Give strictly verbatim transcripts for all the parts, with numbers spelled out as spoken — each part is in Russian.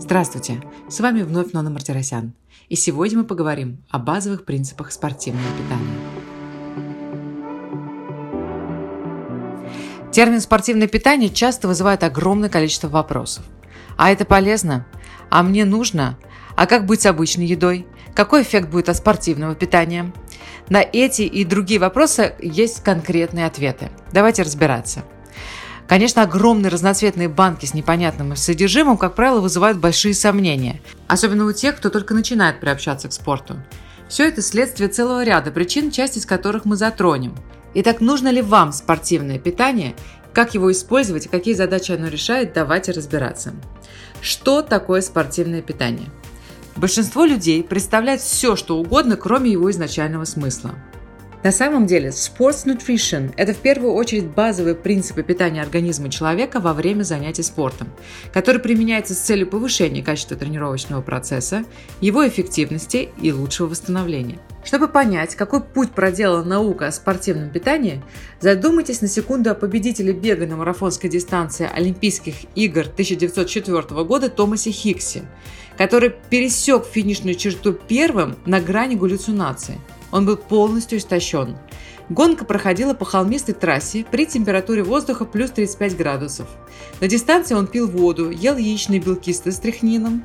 Здравствуйте, с вами вновь Нонна Мартиросян, и сегодня мы поговорим о базовых принципах спортивного питания. Термин «спортивное питание» часто вызывает огромное количество вопросов. А это полезно? А мне нужно? А как быть с обычной едой? Какой эффект будет от спортивного питания? На эти и другие вопросы есть конкретные ответы. Давайте разбираться. Конечно, огромные разноцветные банки с непонятным содержимым, как правило, вызывают большие сомнения, особенно у тех, кто только начинает приобщаться к спорту. Все это следствие целого ряда причин, часть из которых мы затронем. Итак, нужно ли вам спортивное питание, как его использовать и какие задачи оно решает, давайте разбираться. Что такое спортивное питание? Большинство людей представляет все, что угодно, кроме его изначального смысла. На самом деле, sports nutrition – это в первую очередь базовые принципы питания организма человека во время занятий спортом, который применяется с целью повышения качества тренировочного процесса, его эффективности и лучшего восстановления. Чтобы понять, какой путь проделала наука о спортивном питании, задумайтесь на секунду о победителе бега на марафонской дистанции Олимпийских игр тысяча девятьсот четвёртого года Томасе Хиксе, который пересек финишную черту первым на грани галлюцинации. Он был полностью истощен. Гонка проходила по холмистой трассе при температуре воздуха плюс тридцать пять градусов. На дистанции он пил воду, ел яичные белки с стрихнином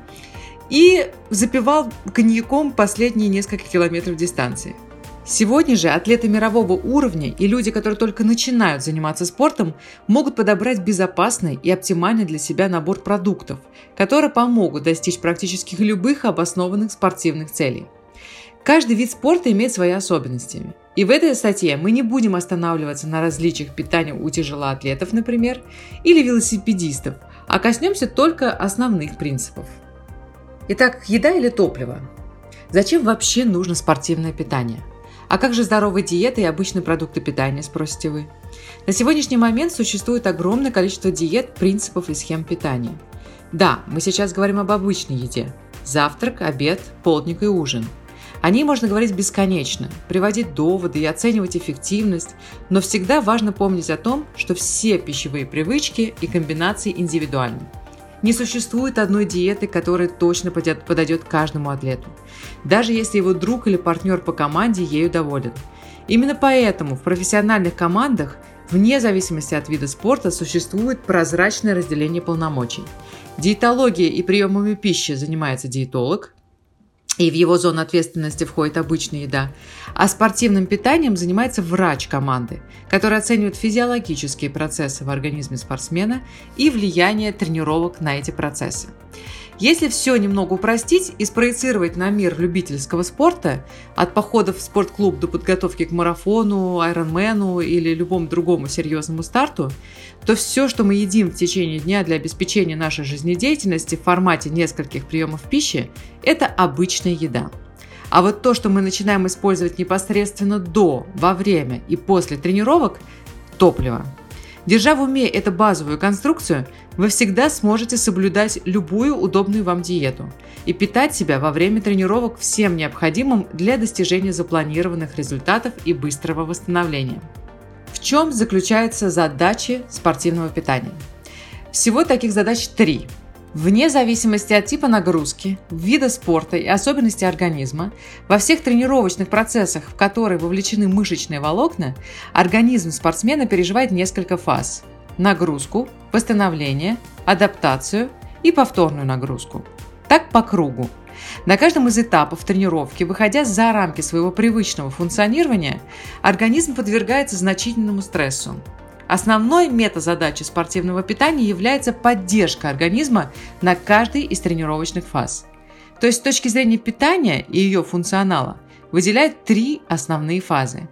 и запивал коньяком последние несколько километров дистанции. Сегодня же атлеты мирового уровня и люди, которые только начинают заниматься спортом, могут подобрать безопасный и оптимальный для себя набор продуктов, которые помогут достичь практически любых обоснованных спортивных целей. Каждый вид спорта имеет свои особенности. И в этой статье мы не будем останавливаться на различиях питания у тяжелоатлетов, например, или велосипедистов, а коснемся только основных принципов. Итак, еда или топливо? Зачем вообще нужно спортивное питание? А как же здоровая диета и обычные продукты питания, спросите вы? На сегодняшний момент существует огромное количество диет, принципов и схем питания. Да, мы сейчас говорим об обычной еде. Завтрак, обед, полдник и ужин. О ней можно говорить бесконечно, приводить доводы и оценивать эффективность, но всегда важно помнить о том, что все пищевые привычки и комбинации индивидуальны. Не существует одной диеты, которая точно подойдет каждому атлету, даже если его друг или партнер по команде ею доволен. Именно поэтому в профессиональных командах, вне зависимости от вида спорта, существует прозрачное разделение полномочий. Диетологией и приемами пищи занимается диетолог, и в его зону ответственности входит обычная еда, а спортивным питанием занимается врач команды, который оценивает физиологические процессы в организме спортсмена и влияние тренировок на эти процессы. Если все немного упростить и спроецировать на мир любительского спорта, от походов в спортклуб до подготовки к марафону, айронмену или любому другому серьезному старту, то все, что мы едим в течение дня для обеспечения нашей жизнедеятельности в формате нескольких приемов пищи, это обычная еда. А вот то, что мы начинаем использовать непосредственно до, во время и после тренировок – топливо. Держа в уме эту базовую конструкцию, вы всегда сможете соблюдать любую удобную вам диету и питать себя во время тренировок всем необходимым для достижения запланированных результатов и быстрого восстановления. В чем заключаются задачи спортивного питания? Всего таких задач три. Вне зависимости от типа нагрузки, вида спорта и особенностей организма, во всех тренировочных процессах, в которые вовлечены мышечные волокна, организм спортсмена переживает несколько фаз – нагрузку, восстановление, адаптацию и повторную нагрузку. Так по кругу. На каждом из этапов тренировки, выходя за рамки своего привычного функционирования, организм подвергается значительному стрессу. Основной метазадачей спортивного питания является поддержка организма на каждой из тренировочных фаз. То есть с точки зрения питания и ее функционала выделяют три основные фазы.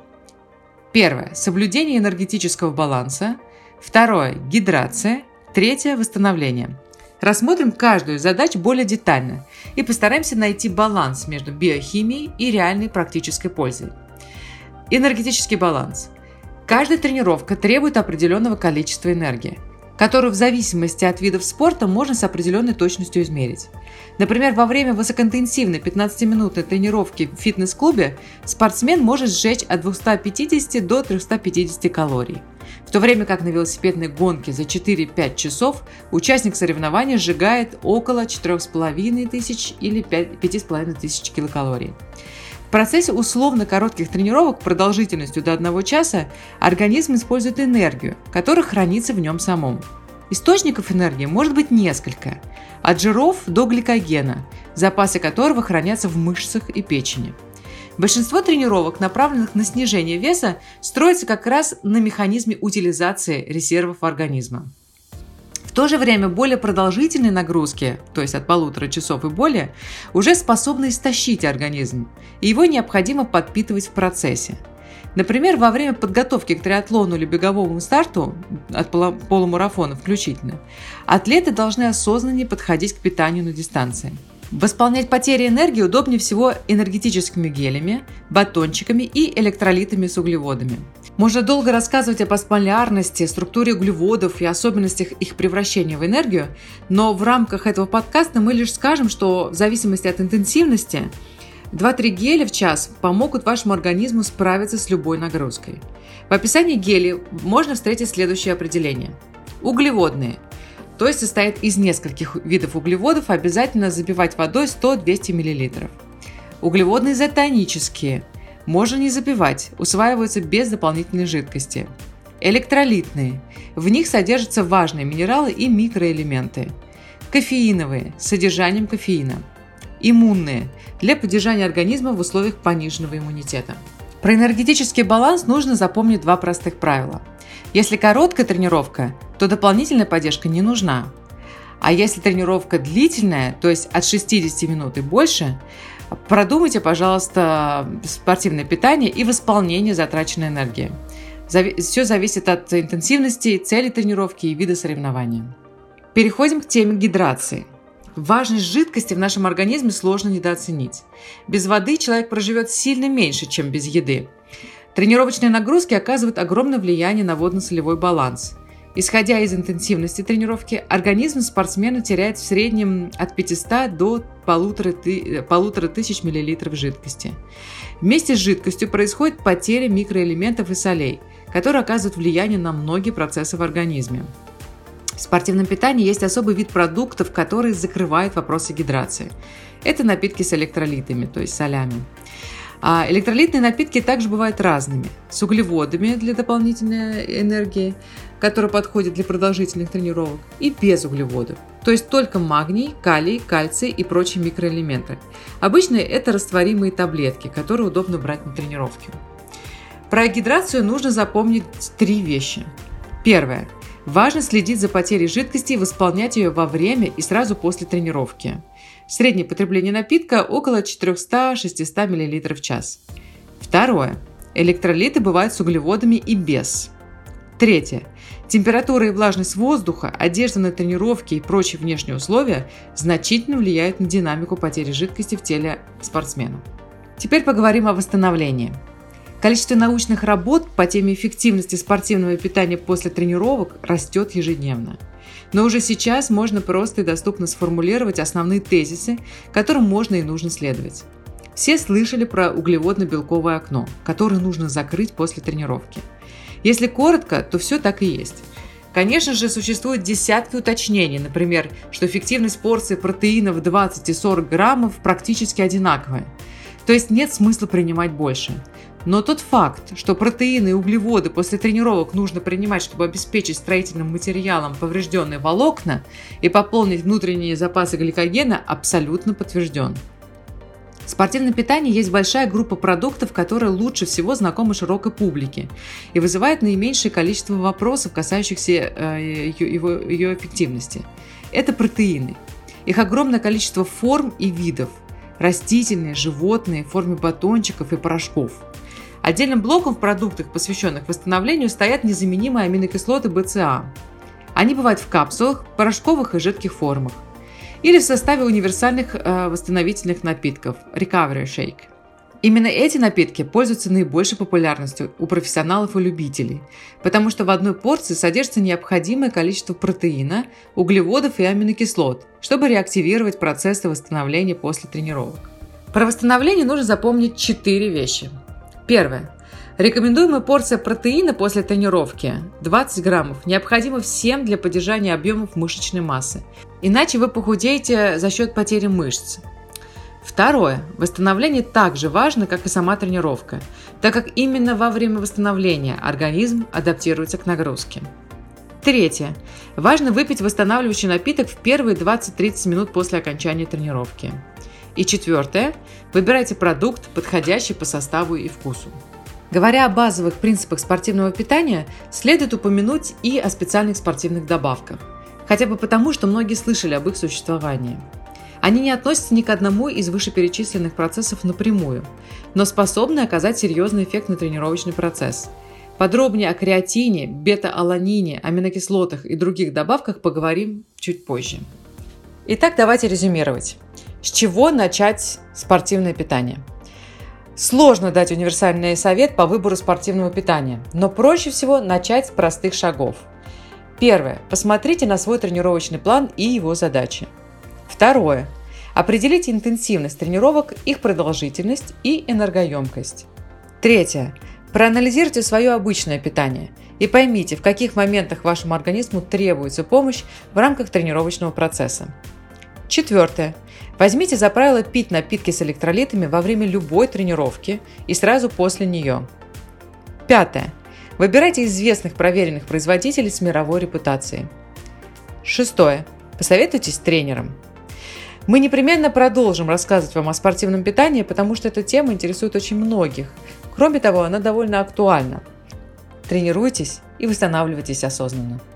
Первое – соблюдение энергетического баланса. Второе – гидрация. Третье – восстановление. Рассмотрим каждую из задач более детально и постараемся найти баланс между биохимией и реальной практической пользой. Энергетический баланс. Каждая тренировка требует определенного количества энергии, которую в зависимости от видов спорта можно с определенной точностью измерить. Например, во время высокоинтенсивной пятнадцатиминутной тренировки в фитнес-клубе спортсмен может сжечь от двухсот пятидесяти до трехсот пятидесяти калорий, в то время как на велосипедной гонке за четыре-пять часов участник соревнования сжигает около четырех с половиной тысяч или пяти с половиной тысяч килокалорий. В процессе условно коротких тренировок продолжительностью до одного часа организм использует энергию, которая хранится в нем самом. Источников энергии может быть несколько, от жиров до гликогена, запасы которого хранятся в мышцах и печени. Большинство тренировок, направленных на снижение веса, строится как раз на механизме утилизации резервов организма. В то же время более продолжительные нагрузки, то есть от полутора часов и более, уже способны истощить организм, и его необходимо подпитывать в процессе. Например, во время подготовки к триатлону или беговому старту, от полумарафона включительно, атлеты должны осознаннее подходить к питанию на дистанции. Восполнять потери энергии удобнее всего энергетическими гелями, батончиками и электролитами с углеводами. Можно долго рассказывать о посполярности, структуре углеводов и особенностях их превращения в энергию, но в рамках этого подкаста мы лишь скажем, что в зависимости от интенсивности два-три геля в час помогут вашему организму справиться с любой нагрузкой. В описании гелей можно встретить следующее определение. Углеводные, то есть состоят из нескольких видов углеводов, обязательно запивать водой сто-двести миллилитров. Углеводные изотонические, можно не запивать, усваиваются без дополнительной жидкости. Электролитные, в них содержатся важные минералы и микроэлементы. Кофеиновые, с содержанием кофеина. Иммунные, для поддержания организма в условиях пониженного иммунитета. Про энергетический баланс нужно запомнить два простых правила. Если короткая тренировка, то дополнительная поддержка не нужна. А если тренировка длительная, то есть от шестидесяти минут и больше, продумайте, пожалуйста, спортивное питание и восполнение затраченной энергии. Все зависит от интенсивности, цели тренировки и вида соревнования. Переходим к теме гидрации. Важность жидкости в нашем организме сложно недооценить. Без воды человек проживет сильно меньше, чем без еды. Тренировочные нагрузки оказывают огромное влияние на водно-солевой баланс. Исходя из интенсивности тренировки, организм спортсмена теряет в среднем от пятисот до полутора тысяч миллилитров жидкости. Вместе с жидкостью происходит потеря микроэлементов и солей, которые оказывают влияние на многие процессы в организме. В спортивном питании есть особый вид продуктов, которые закрывают вопросы гидрации. Это напитки с электролитами, то есть солями. А электролитные напитки также бывают разными. С углеводами для дополнительной энергии, которая подходит для продолжительных тренировок, и без углеводов. То есть только магний, калий, кальций и прочие микроэлементы. Обычно это растворимые таблетки, которые удобно брать на тренировке. Про гидрацию нужно запомнить три вещи. Первое. Важно следить за потерей жидкости и восполнять ее во время и сразу после тренировки. Среднее потребление напитка около четыреста-шестьсот миллилитров в час. Второе. Электролиты бывают с углеводами и без. Третье. Температура и влажность воздуха, одежда на тренировке и прочие внешние условия значительно влияют на динамику потери жидкости в теле спортсмена. Теперь поговорим о восстановлении. Количество научных работ по теме эффективности спортивного питания после тренировок растет ежедневно. Но уже сейчас можно просто и доступно сформулировать основные тезисы, которым можно и нужно следовать. Все слышали про углеводно-белковое окно, которое нужно закрыть после тренировки. Если коротко, то все так и есть. Конечно же, существуют десятки уточнений, например, что эффективность порции протеина в двадцать и сорок граммов практически одинаковая. То есть нет смысла принимать больше. Но тот факт, что протеины и углеводы после тренировок нужно принимать, чтобы обеспечить строительным материалом поврежденные волокна и пополнить внутренние запасы гликогена, абсолютно подтвержден. В спортивном питании есть большая группа продуктов, которые лучше всего знакомы широкой публике и вызывают наименьшее количество вопросов, касающихся ее, ее эффективности. Это протеины. Их огромное количество форм и видов – растительные, животные, в форме батончиков и порошков. Отдельным блоком в продуктах, посвященных восстановлению, стоят незаменимые аминокислоты бэ цэ а. Они бывают в капсулах, порошковых и жидких формах. Или в составе универсальных э, восстановительных напитков – Recovery Shake. Именно эти напитки пользуются наибольшей популярностью у профессионалов и любителей, потому что в одной порции содержится необходимое количество протеина, углеводов и аминокислот, чтобы реактивировать процессы восстановления после тренировок. Про восстановление нужно запомнить четыре вещи. Первое. Рекомендуемая порция протеина после тренировки двадцать граммов необходима всем для поддержания объемов мышечной массы, иначе вы похудеете за счет потери мышц. Второе. Восстановление так же важно, как и сама тренировка, так как именно во время восстановления организм адаптируется к нагрузке. Третье. Важно выпить восстанавливающий напиток в первые двадцать-тридцать минут после окончания тренировки. И четвертое. Выбирайте продукт, подходящий по составу и вкусу. Говоря о базовых принципах спортивного питания, следует упомянуть и о специальных спортивных добавках, хотя бы потому, что многие слышали об их существовании. Они не относятся ни к одному из вышеперечисленных процессов напрямую, но способны оказать серьезный эффект на тренировочный процесс. Подробнее о креатине, бета-аланине, аминокислотах и других добавках поговорим чуть позже. Итак, давайте резюмировать. С чего начать спортивное питание? Сложно дать универсальный совет по выбору спортивного питания, но проще всего начать с простых шагов. Первое. Посмотрите на свой тренировочный план и его задачи. Второе. Определите интенсивность тренировок, их продолжительность и энергоемкость. Третье. Проанализируйте свое обычное питание и поймите, в каких моментах вашему организму требуется помощь в рамках тренировочного процесса. Четвертое. Возьмите за правило пить напитки с электролитами во время любой тренировки и сразу после нее. Пятое. Выбирайте известных проверенных производителей с мировой репутацией. Шестое. Посоветуйтесь с тренером. Мы непременно продолжим рассказывать вам о спортивном питании, потому что эта тема интересует очень многих. Кроме того, она довольно актуальна. Тренируйтесь и восстанавливайтесь осознанно.